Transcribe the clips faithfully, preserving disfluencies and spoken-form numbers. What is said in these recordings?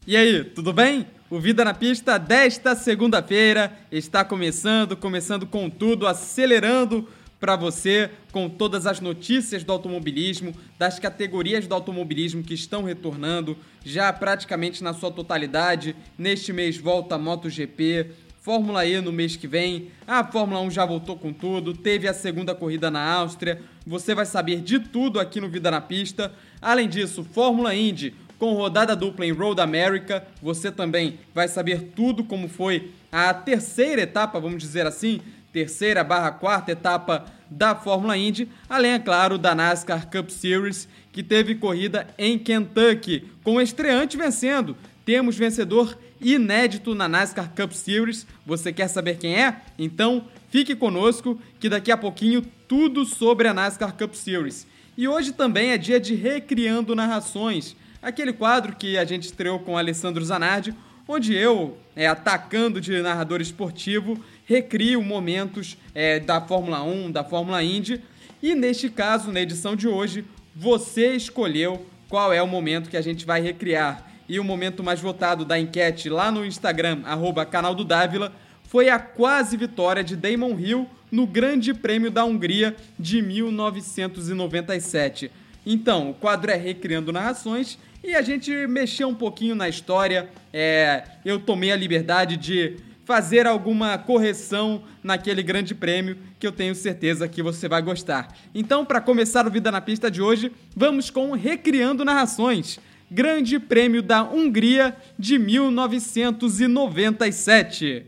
E aí, tudo bem? O Vida na Pista desta segunda-feira está começando, começando com tudo, acelerando para você com todas as notícias do automobilismo, das categorias do automobilismo que estão retornando já praticamente na sua totalidade. Neste mês volta a MotoGP, Fórmula E no mês que vem, a Fórmula um já voltou com tudo, teve a segunda corrida na Áustria, você vai saber de tudo aqui no Vida na Pista. Além disso, Fórmula Indy com rodada dupla em Road America, você também vai saber tudo como foi a terceira etapa, vamos dizer assim, terceira barra quarta etapa da Fórmula Indy, além, é claro, da NASCAR Cup Series, que teve corrida em Kentucky, com o estreante vencendo. Temos vencedor inédito na NASCAR Cup Series. Você quer saber quem é? Então fique conosco que daqui a pouquinho tudo sobre a NASCAR Cup Series. E hoje também é dia de Recriando Narrações, aquele quadro que a gente estreou com Alessandro Zanardi, onde eu, é, atacando de narrador esportivo, recrio momentos é, da Fórmula um, da Fórmula Indy. E neste caso, na edição de hoje, você escolheu qual é o momento que a gente vai recriar. E o momento mais votado da enquete lá no Instagram, arroba canal do Dávila, foi a quase vitória de Damon Hill no Grande Prêmio da Hungria de mil novecentos e noventa e sete. Então, o quadro é Recriando Narrações e a gente mexeu um pouquinho na história. É, eu tomei a liberdade de fazer alguma correção naquele grande prêmio que eu tenho certeza que você vai gostar. Então, para começar o Vida na Pista de hoje, vamos com Recriando Narrações. Grande Prêmio da Hungria de mil novecentos e noventa e sete.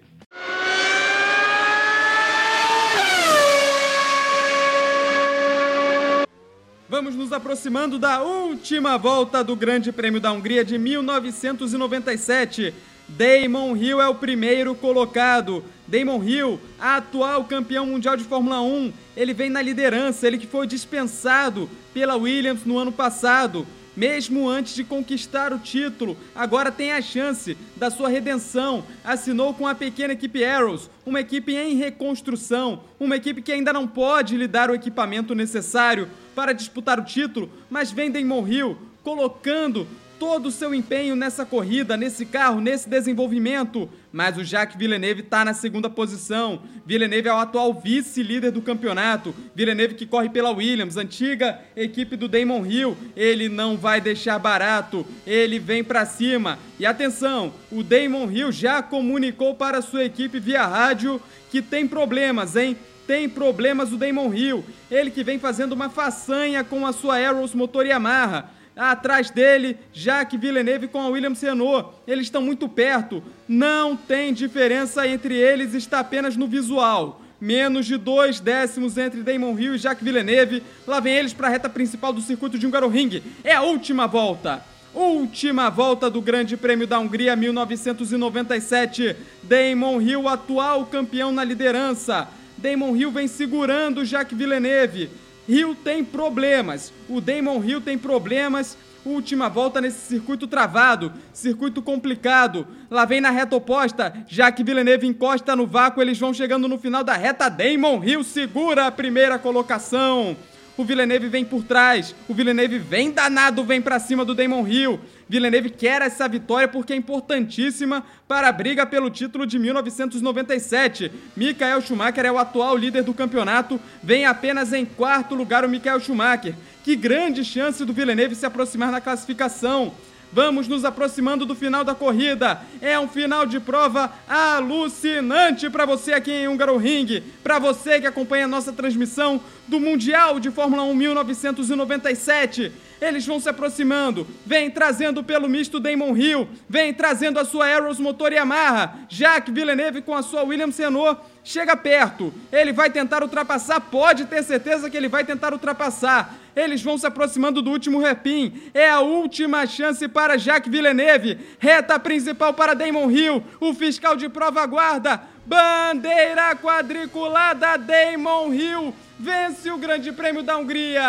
Vamos nos aproximando da última volta do Grande Prêmio da Hungria de mil novecentos e noventa e sete. Damon Hill é o primeiro colocado. Damon Hill, atual campeão mundial de Fórmula um, ele vem na liderança, ele que foi dispensado pela Williams no ano passado. Mesmo antes de conquistar o título, agora tem a chance da sua redenção. Assinou com a pequena equipe Arrows, uma equipe em reconstrução, uma equipe que ainda não pode lhe dar o equipamento necessário para disputar o título, mas vem Damon Hill colocando todo o seu empenho nessa corrida, nesse carro, nesse desenvolvimento. Mas o Jacques Villeneuve está na segunda posição. Villeneuve é o atual vice-líder do campeonato. Villeneuve que corre pela Williams, antiga equipe do Damon Hill. Ele não vai deixar barato, ele vem para cima. E atenção, o Damon Hill já comunicou para a sua equipe via rádio que tem problemas, hein? Tem problemas o Damon Hill. Ele que vem fazendo uma façanha com a sua Arrows Motor Yamaha. Atrás dele, Jacques Villeneuve com a Williams Renault. Eles estão muito perto. Não tem diferença entre eles, está apenas no visual. Menos de dois décimos entre Damon Hill e Jacques Villeneuve. Lá vem eles para a reta principal do circuito de Hungaroring. É a última volta. Última volta do Grande Prêmio da Hungria mil novecentos e noventa e sete. Damon Hill, atual campeão na liderança. Damon Hill vem segurando Jacques Villeneuve. Hill tem problemas, o Damon Hill tem problemas, última volta nesse circuito travado, circuito complicado, lá vem na reta oposta, Jacques Villeneuve encosta no vácuo, eles vão chegando no final da reta, Damon Hill segura a primeira colocação, o Villeneuve vem por trás, o Villeneuve vem danado, vem pra cima do Damon Hill. Villeneuve quer essa vitória porque é importantíssima para a briga pelo título de mil novecentos e noventa e sete. Michael Schumacher é o atual líder do campeonato, vem apenas em quarto lugar o Michael Schumacher. Que grande chance do Villeneuve se aproximar na classificação. Vamos nos aproximando do final da corrida. É um final de prova alucinante para você aqui em Hungaroring, para você que acompanha a nossa transmissão do Mundial de Fórmula um mil novecentos e noventa e sete. Eles vão se aproximando, vem trazendo pelo misto Damon Hill, vem trazendo a sua Arrows Motor Yamaha, Jacques Villeneuve com a sua Williams Renault, chega perto, ele vai tentar ultrapassar, pode ter certeza que ele vai tentar ultrapassar, eles vão se aproximando do último hairpin, é a última chance para Jacques Villeneuve, reta principal para Damon Hill, o fiscal de prova aguarda, bandeira quadriculada, Damon Hill vence o Grande Prêmio da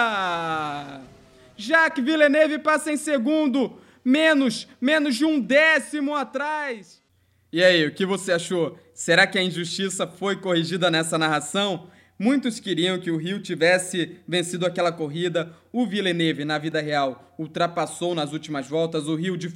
Hungria. Jacques Villeneuve passa em segundo, menos, menos de um décimo atrás. E aí, o que você achou? Será que a injustiça foi corrigida nessa narração? Muitos queriam que o Hill tivesse vencido aquela corrida. O Villeneuve, na vida real, ultrapassou nas últimas voltas. O Hill, de fato,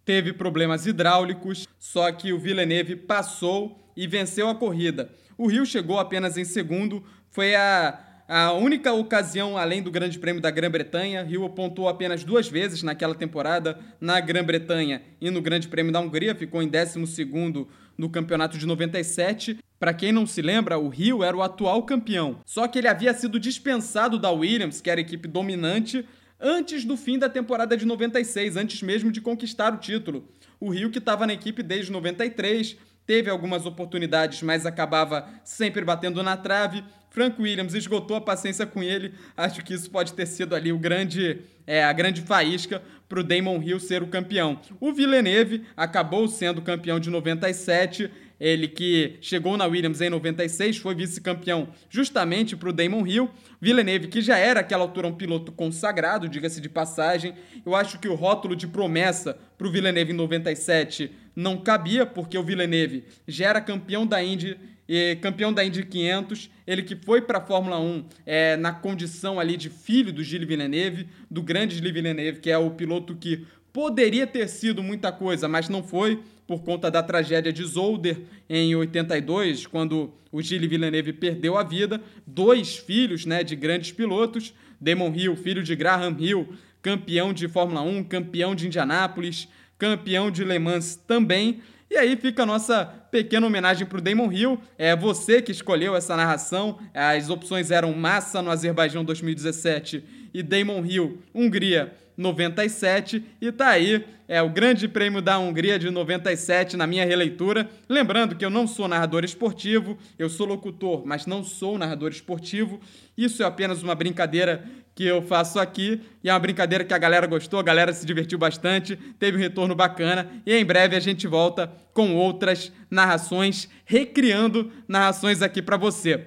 teve problemas hidráulicos, só que o Villeneuve passou e venceu a corrida. O Hill chegou apenas em segundo, foi a, a única ocasião além do Grande Prêmio da Grã-Bretanha. Hill pontuou apenas duas vezes naquela temporada, na Grã-Bretanha e no Grande Prêmio da Hungria, ficou em décimo segundo no campeonato de noventa e sete. Para quem não se lembra, o Hill era o atual campeão, só que ele havia sido dispensado da Williams, que era a equipe dominante, antes do fim da temporada de noventa e seis, antes mesmo de conquistar o título. O Hill, que estava na equipe desde noventa e três, teve algumas oportunidades, mas acabava sempre batendo na trave. Frank Williams esgotou a paciência com ele. Acho que isso pode ter sido ali o grande, é, a grande faísca para o Damon Hill ser o campeão. O Villeneuve acabou sendo campeão de noventa e sete, ele que chegou na Williams em noventa e seis, foi vice-campeão justamente para o Damon Hill. Villeneuve, que já era àquela altura um piloto consagrado, diga-se de passagem. Eu acho que o rótulo de promessa para o Villeneuve em noventa e sete não cabia, porque o Villeneuve já era campeão da Indy, e campeão da Indy quinhentos, ele que foi para a Fórmula um é, na condição ali de filho do Gilles Villeneuve, do grande Gilles Villeneuve, que é o piloto que poderia ter sido muita coisa, mas não foi, por conta da tragédia de Zolder em oitenta e dois, quando o Gilles Villeneuve perdeu a vida. Dois filhos, né, de grandes pilotos, Damon Hill, filho de Graham Hill, campeão de Fórmula um, campeão de Indianápolis, campeão de Le Mans também. E aí fica a nossa pequena homenagem para o Damon Hill. É você que escolheu essa narração. As opções eram Massa no Azerbaijão dois mil e dezessete e Damon Hill, Hungria noventa e sete. E tá aí, é o Grande Prêmio da Hungria de noventa e sete na minha releitura. Lembrando que eu não sou narrador esportivo, eu sou locutor, mas não sou narrador esportivo. Isso é apenas uma brincadeira que eu faço aqui, e é uma brincadeira que a galera gostou, a galera se divertiu bastante, teve um retorno bacana, e em breve a gente volta com outras narrações, recriando narrações aqui para você.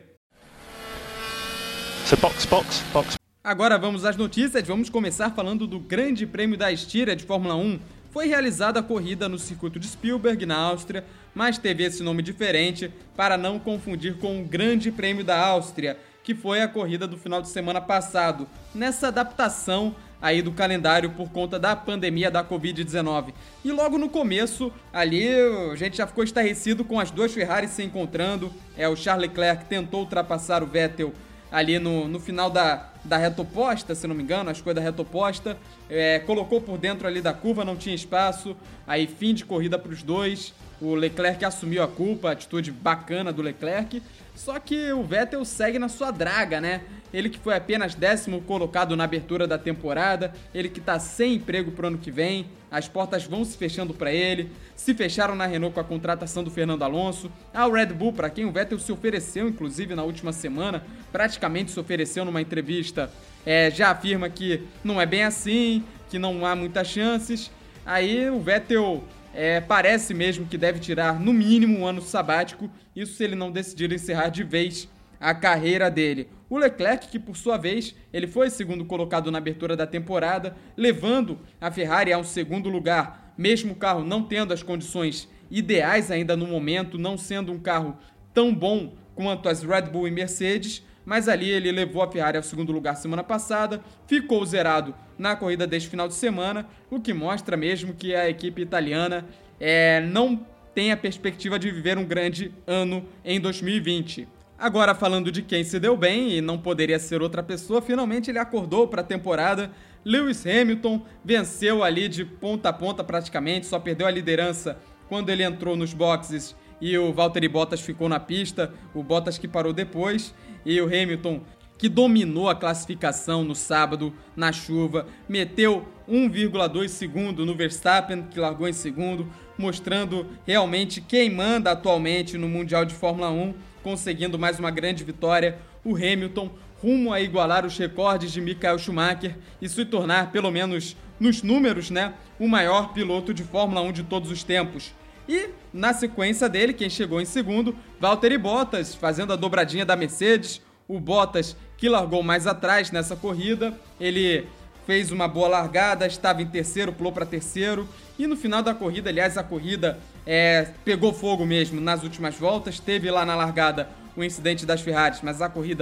So box, box, box. Agora vamos às notícias, vamos começar falando do Grande Prêmio da Estíria de Fórmula um. Foi realizada a corrida no circuito de Spielberg, na Áustria, mas teve esse nome diferente para não confundir com o Grande Prêmio da Áustria, que foi a corrida do final de semana passado, nessa adaptação aí do calendário por conta da pandemia da covid dezenove. E logo no começo, ali, a gente já ficou estarrecido com as duas Ferraris se encontrando. É, o Charles Leclerc tentou ultrapassar o Vettel ali no, no final da, da reta oposta, se não me engano, acho que foi da reta oposta, é, colocou por dentro ali da curva, não tinha espaço, aí fim de corrida para os dois. O Leclerc assumiu a culpa, a atitude bacana do Leclerc, só que o Vettel segue na sua draga, né? Ele que foi apenas décimo colocado na abertura da temporada, ele que tá sem emprego pro ano que vem, as portas vão se fechando para ele, se fecharam na Renault com a contratação do Fernando Alonso, a Red Bull, para quem o Vettel se ofereceu, inclusive na última semana, praticamente se ofereceu numa entrevista, é, já afirma que não é bem assim, que não há muitas chances. Aí o Vettel é, parece mesmo que deve tirar no mínimo um ano sabático, isso se ele não decidir encerrar de vez a carreira dele. O Leclerc, que por sua vez, ele foi segundo colocado na abertura da temporada, levando a Ferrari a um segundo lugar, mesmo o carro não tendo as condições ideais ainda no momento, não sendo um carro tão bom quanto as Red Bull e Mercedes, mas ali ele levou a Ferrari ao segundo lugar semana passada, ficou zerado na corrida deste final de semana, o que mostra mesmo que a equipe italiana é, não tem a perspectiva de viver um grande ano em dois mil e vinte. Agora, falando de quem se deu bem, e não poderia ser outra pessoa, finalmente ele acordou para a temporada. Lewis Hamilton venceu ali de ponta a ponta praticamente, só perdeu a liderança quando ele entrou nos boxes e o Valtteri Bottas ficou na pista, o Bottas que parou depois, e o Hamilton, que dominou a classificação no sábado, na chuva, meteu um vírgula dois segundo no Verstappen, que largou em segundo, mostrando realmente quem manda atualmente no Mundial de Fórmula um, conseguindo mais uma grande vitória. O Hamilton rumo a igualar os recordes de Michael Schumacher e se tornar, pelo menos nos números, né, o maior piloto de Fórmula um de todos os tempos. E, na sequência dele, quem chegou em segundo, Valtteri Bottas, fazendo a dobradinha da Mercedes. O Bottas, que largou mais atrás nessa corrida, ele fez uma boa largada, estava em terceiro, pulou para terceiro, e no final da corrida, aliás, a corrida é, pegou fogo mesmo nas últimas voltas, teve lá na largada o incidente das Ferraris, mas a corrida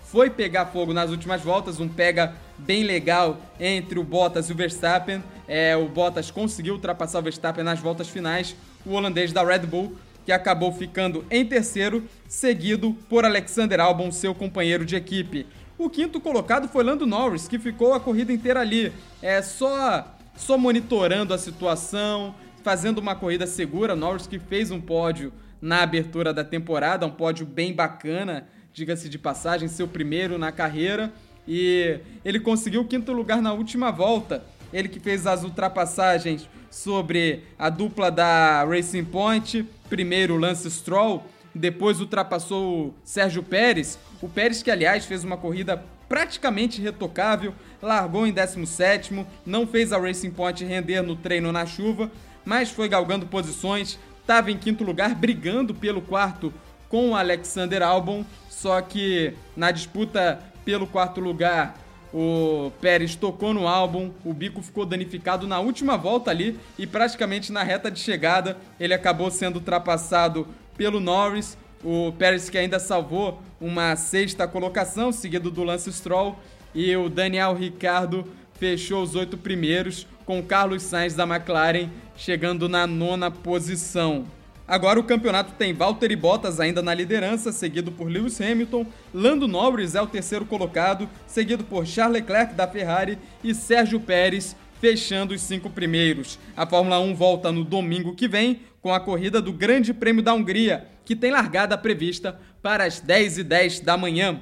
foi pegar fogo nas últimas voltas, um pega bem legal entre o Bottas e o Verstappen. É, o Bottas conseguiu ultrapassar o Verstappen nas voltas finais, o holandês da Red Bull, que acabou ficando em terceiro, seguido por Alexander Albon, seu companheiro de equipe. O quinto colocado foi Lando Norris, que ficou a corrida inteira ali, é, só, só monitorando a situação, fazendo uma corrida segura. Norris que fez um pódio na abertura da temporada, um pódio bem bacana, diga-se de passagem, seu primeiro na carreira, e ele conseguiu o quinto lugar na última volta. Ele que fez as ultrapassagens sobre a dupla da Racing Point, primeiro o Lance Stroll, depois ultrapassou o Sérgio Pérez, o Pérez que aliás fez uma corrida praticamente retocável, largou em décimo sétimo, não fez a Racing Point render no treino na chuva, mas foi galgando posições, estava em quinto lugar, brigando pelo quarto com o Alexander Albon, só que na disputa pelo quarto lugar o Pérez tocou no Albon, o bico ficou danificado na última volta ali e praticamente na reta de chegada ele acabou sendo ultrapassado pelo Norris. O Pérez que ainda salvou uma sexta colocação, seguido do Lance Stroll, e o Daniel Ricciardo fechou os oito primeiros, com o Carlos Sainz da McLaren chegando na nona posição. Agora o campeonato tem Valtteri Bottas ainda na liderança, seguido por Lewis Hamilton, Lando Norris é o terceiro colocado, seguido por Charles Leclerc da Ferrari e Sérgio Pérez fechando os cinco primeiros. A Fórmula um volta no domingo que vem com a corrida do Grande Prêmio da Hungria, que tem largada prevista para as dez e dez da manhã.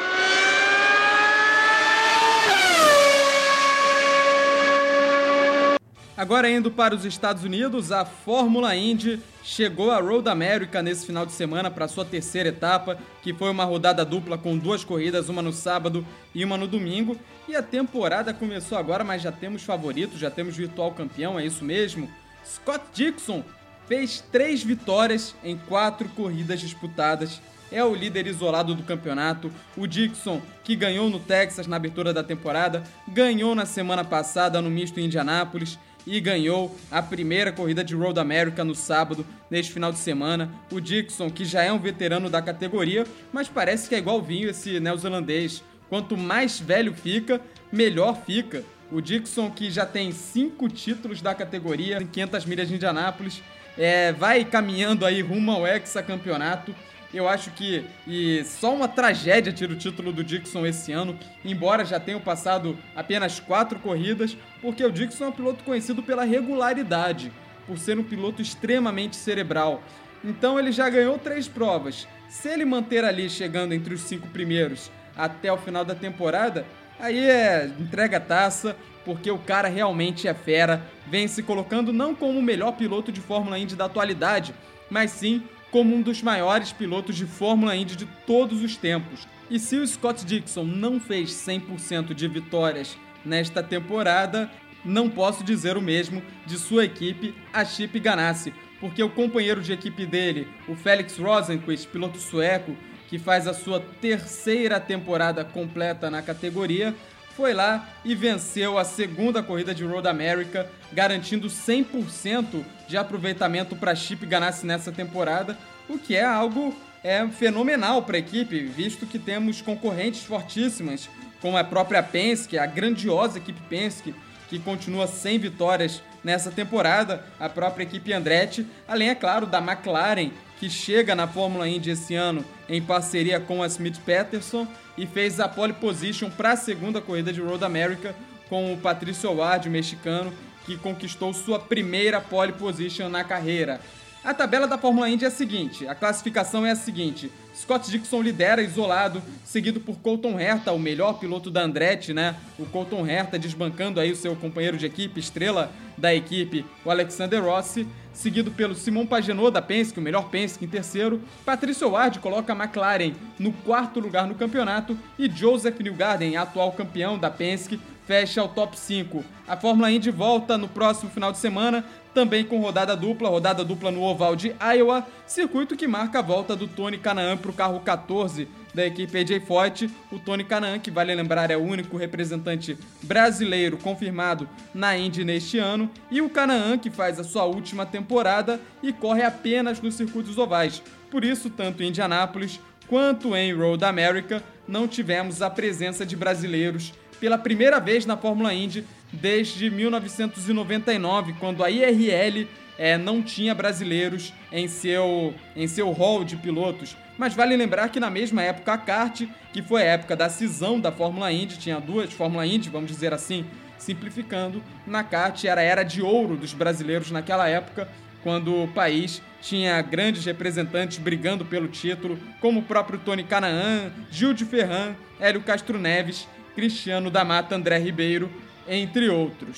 Agora indo para os Estados Unidos, a Fórmula Indy chegou a Road America nesse final de semana para sua terceira etapa, que foi uma rodada dupla com duas corridas, uma no sábado e uma no domingo. E a temporada começou agora, mas já temos favoritos, já temos virtual campeão, é isso mesmo. Scott Dixon fez três vitórias em quatro corridas disputadas. É o líder isolado do campeonato. O Dixon, que ganhou no Texas na abertura da temporada, ganhou na semana passada no misto em Indianápolis e ganhou a primeira corrida de Road America no sábado, neste final de semana. O Dixon, que já é um veterano da categoria, mas parece que é igual vinho esse neozelandês. Quanto mais velho fica, melhor fica. O Dixon, que já tem cinco títulos da categoria em quinhentas milhas de Indianápolis, é, vai caminhando aí rumo ao hexacampeonato. Eu acho que e só uma tragédia tira o título do Dixon esse ano, embora já tenham passado apenas quatro corridas, porque o Dixon é um piloto conhecido pela regularidade, por ser um piloto extremamente cerebral. Então ele já ganhou três provas. Se ele manter ali chegando entre os cinco primeiros até o final da temporada, aí é entrega a taça, porque o cara realmente é fera, vem se colocando não como o melhor piloto de Fórmula Indy da atualidade, mas sim como um dos maiores pilotos de Fórmula Indy de todos os tempos. E se o Scott Dixon não fez cem por cento de vitórias nesta temporada, não posso dizer o mesmo de sua equipe, a Chip Ganassi, porque o companheiro de equipe dele, o Felix Rosenqvist, piloto sueco, que faz a sua terceira temporada completa na categoria, foi lá e venceu a segunda corrida de Road America, garantindo cem por cento de aproveitamento para Chip Ganassi nessa temporada, o que é algo é, fenomenal para a equipe, visto que temos concorrentes fortíssimas, como a própria Penske, a grandiosa equipe Penske, que continua sem vitórias nessa temporada, a própria equipe Andretti, além, é claro, da McLaren, que chega na Fórmula Indy esse ano em parceria com a Smith Peterson e fez a pole position para a segunda corrida de Road America com o Patricio O'Ward, o mexicano, que conquistou sua primeira pole position na carreira. A tabela da Fórmula Indy é a seguinte, a classificação é a seguinte: Scott Dixon lidera isolado, seguido por Colton Herta, o melhor piloto da Andretti, né? O Colton Herta desbancando aí o seu companheiro de equipe, estrela da equipe, o Alexander Rossi, seguido pelo Simon Pagenaud da Penske, o melhor Penske em terceiro. Patricio O'Ward coloca a McLaren no quarto lugar no campeonato e Joseph Newgarden, atual campeão da Penske, fecha o top cinco. A Fórmula Indy volta no próximo final de semana, também com rodada dupla, rodada dupla no oval de Iowa, circuito que marca a volta do Tony Kanaan para o carro quatorze da equipe A J Foyt. O Tony Kanaan, que vale lembrar é o único representante brasileiro confirmado na Indy neste ano, e o Kanaan, que faz a sua última temporada e corre apenas nos circuitos ovais. Por isso, tanto em Indianápolis quanto em Road America, não tivemos a presença de brasileiros pela primeira vez na Fórmula Indy desde mil novecentos e noventa e nove, quando a I R L é, não tinha brasileiros em seu, em seu hall de pilotos. Mas vale lembrar que na mesma época a kart, que foi a época da cisão da Fórmula Indy, tinha duas Fórmula Indy, vamos dizer assim, simplificando, na kart era a era de ouro dos brasileiros naquela época, quando o país tinha grandes representantes brigando pelo título, como o próprio Tony Kanaan, Gil de Ferran, Hélio Castro Neves, Cristiano da Mata, André Ribeiro, entre outros.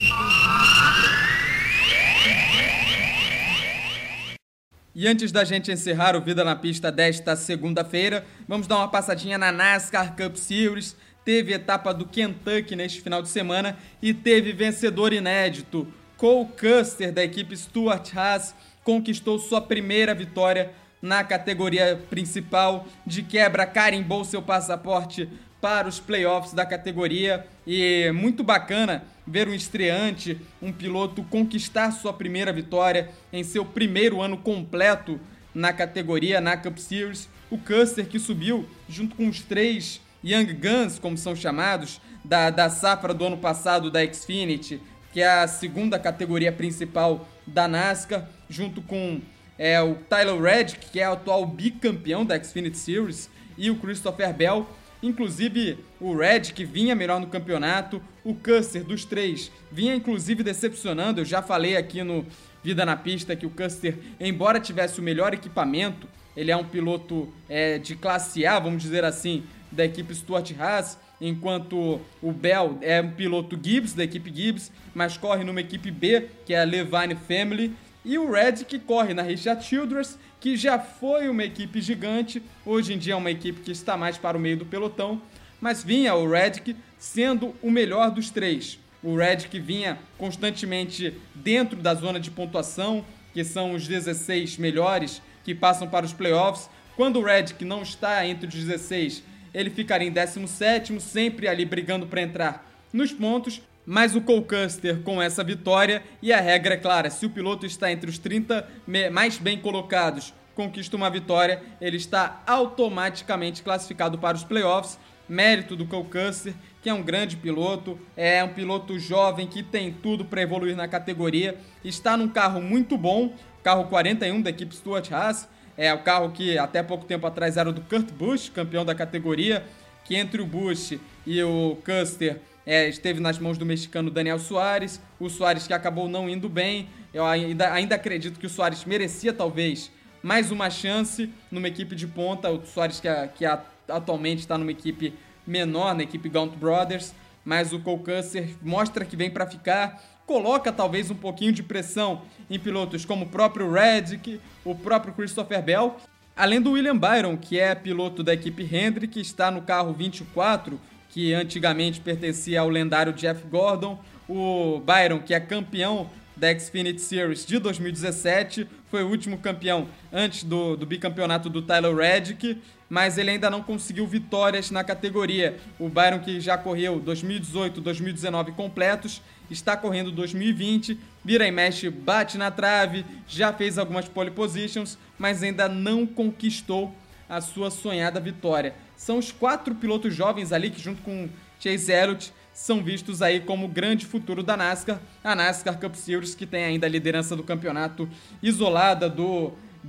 E antes da gente encerrar o Vida na Pista desta segunda-feira, vamos dar uma passadinha na NASCAR Cup Series. Teve etapa do Kentucky neste final de semana e teve vencedor inédito. Cole Custer, da equipe Stewart Haas, conquistou sua primeira vitória na categoria principal. De quebra, carimbou seu passaporte para os playoffs da categoria. E muito bacana ver um estreante, um piloto, conquistar sua primeira vitória em seu primeiro ano completo na categoria, na Cup Series. O Custer, que subiu junto com os três Young Guns, como são chamados, da, da safra do ano passado da Xfinity, que é a segunda categoria principal da NASCAR, junto com é, o Tyler Reddick, que é o atual bicampeão da Xfinity Series, e o Christopher Bell. Inclusive, o Reddick vinha melhor no campeonato, o Custer, dos três, vinha inclusive decepcionando. Eu já falei aqui no Vida na Pista que o Custer, embora tivesse o melhor equipamento, ele é um piloto é, de classe A, vamos dizer assim, da equipe Stewart Haas, enquanto o Bell é um piloto Gibbs, da equipe Gibbs, mas corre numa equipe B, que é a Levine Family, e o Reddick corre na Richard Childress, que já foi uma equipe gigante, hoje em dia é uma equipe que está mais para o meio do pelotão, mas vinha o Reddick sendo o melhor dos três. O Reddick vinha constantemente dentro da zona de pontuação, que são os dezesseis melhores que passam para os playoffs. Quando o Reddick não está entre os dezesseis, ele ficaria em décimo sétimo, sempre ali brigando para entrar nos pontos. Mas o Cole Custer, com essa vitória, e a regra é clara, se o piloto está entre os trinta mais bem colocados, conquista uma vitória, ele está automaticamente classificado para os playoffs. Mérito do Cole Custer, que é um grande piloto, é um piloto jovem que tem tudo para evoluir na categoria, está num carro muito bom, carro quarenta e um da equipe Stewart Haas, é o carro que até pouco tempo atrás era do Kurt Busch, campeão da categoria, que entre o Busch e o Custer É, esteve nas mãos do mexicano Daniel Suárez, o Suárez que acabou não indo bem. Eu ainda, ainda acredito que o Suárez merecia talvez mais uma chance numa equipe de ponta, o Suárez que, que atualmente está numa equipe menor, na equipe Gaunt Brothers, mas o Cole Custer mostra que vem para ficar, coloca talvez um pouquinho de pressão em pilotos como o próprio Reddick, o próprio Christopher Bell, além do William Byron, que é piloto da equipe Hendrick, que está no carro vinte e quatro, que antigamente pertencia ao lendário Jeff Gordon. O Byron, que é campeão da Xfinity Series de dois mil e dezessete, foi o último campeão antes do, do bicampeonato do Tyler Reddick, mas ele ainda não conseguiu vitórias na categoria. O Byron, que já correu dois mil e dezoito, dois mil e dezenove completos, está correndo dois mil e vinte, vira e mexe, bate na trave, já fez algumas pole positions, mas ainda não conquistou a sua sonhada vitória. São os quatro pilotos jovens ali que, junto com Chase Elliott, são vistos aí como o grande futuro da NASCAR. A NASCAR Cup Series, que tem ainda a liderança do campeonato isolada do,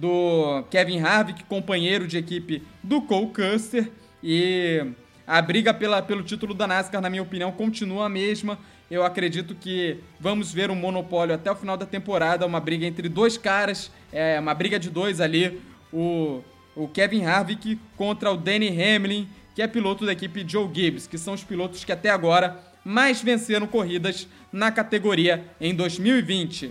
do Kevin Harvick, companheiro de equipe do Cole Custer. E a briga pela, pelo título da NASCAR, na minha opinião, continua a mesma. Eu acredito que vamos ver um monopólio até o final da temporada, uma briga entre dois caras, é, uma briga de dois ali, o... o Kevin Harvick contra o Denny Hamlin, que é piloto da equipe Joe Gibbs, que são os pilotos que até agora mais venceram corridas na categoria em dois mil e vinte.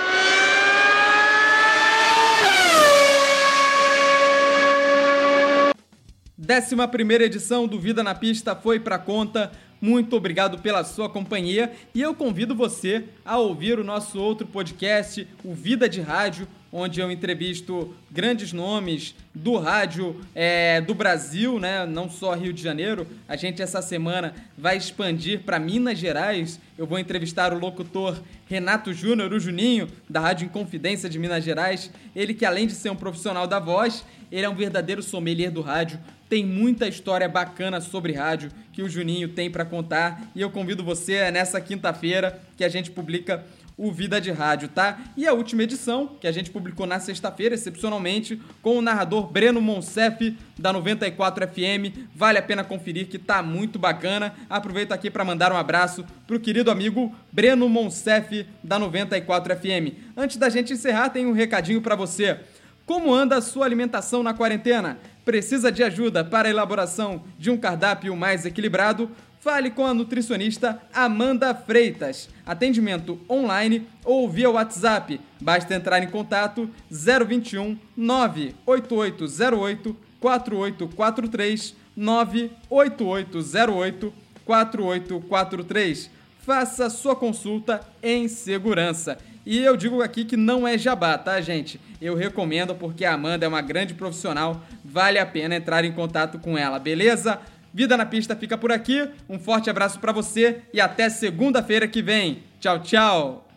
Décima primeira edição do Vida na Pista foi para conta. Muito obrigado pela sua companhia e eu convido você a ouvir o nosso outro podcast, o Vida de Rádio, onde eu entrevisto grandes nomes do rádio é, do Brasil, né? Não só Rio de Janeiro. A gente essa semana vai expandir para Minas Gerais. Eu vou entrevistar o locutor Renato Júnior, o Juninho, da Rádio Inconfidência de Minas Gerais. Ele que, além de ser um profissional da voz, ele é um verdadeiro sommelier do rádio. Tem muita história bacana sobre rádio que o Juninho tem para contar. E eu convido você nessa quinta-feira que a gente publica o Vida de Rádio, tá? E a última edição, que a gente publicou na sexta-feira, excepcionalmente, com o narrador Breno Monsef, da noventa e quatro F M. Vale a pena conferir, que tá muito bacana. Aproveito aqui para mandar um abraço pro querido amigo Breno Monsef, da noventa e quatro F M. Antes da gente encerrar, tem um recadinho para você. Como anda a sua alimentação na quarentena? Precisa de ajuda para a elaboração de um cardápio mais equilibrado? Fale com a nutricionista Amanda Freitas. Atendimento online ou via WhatsApp. Basta entrar em contato zero vinte e um, nove oito oito zero oito, quatro oito quatro três, nove oito oito zero oito, quatro oito quatro três. Faça sua consulta em segurança. E eu digo aqui que não é jabá, tá, gente? Eu recomendo porque a Amanda é uma grande profissional. Vale a pena entrar em contato com ela, beleza? Vida na Pista fica por aqui, um forte abraço pra você e até segunda-feira que vem. Tchau, tchau!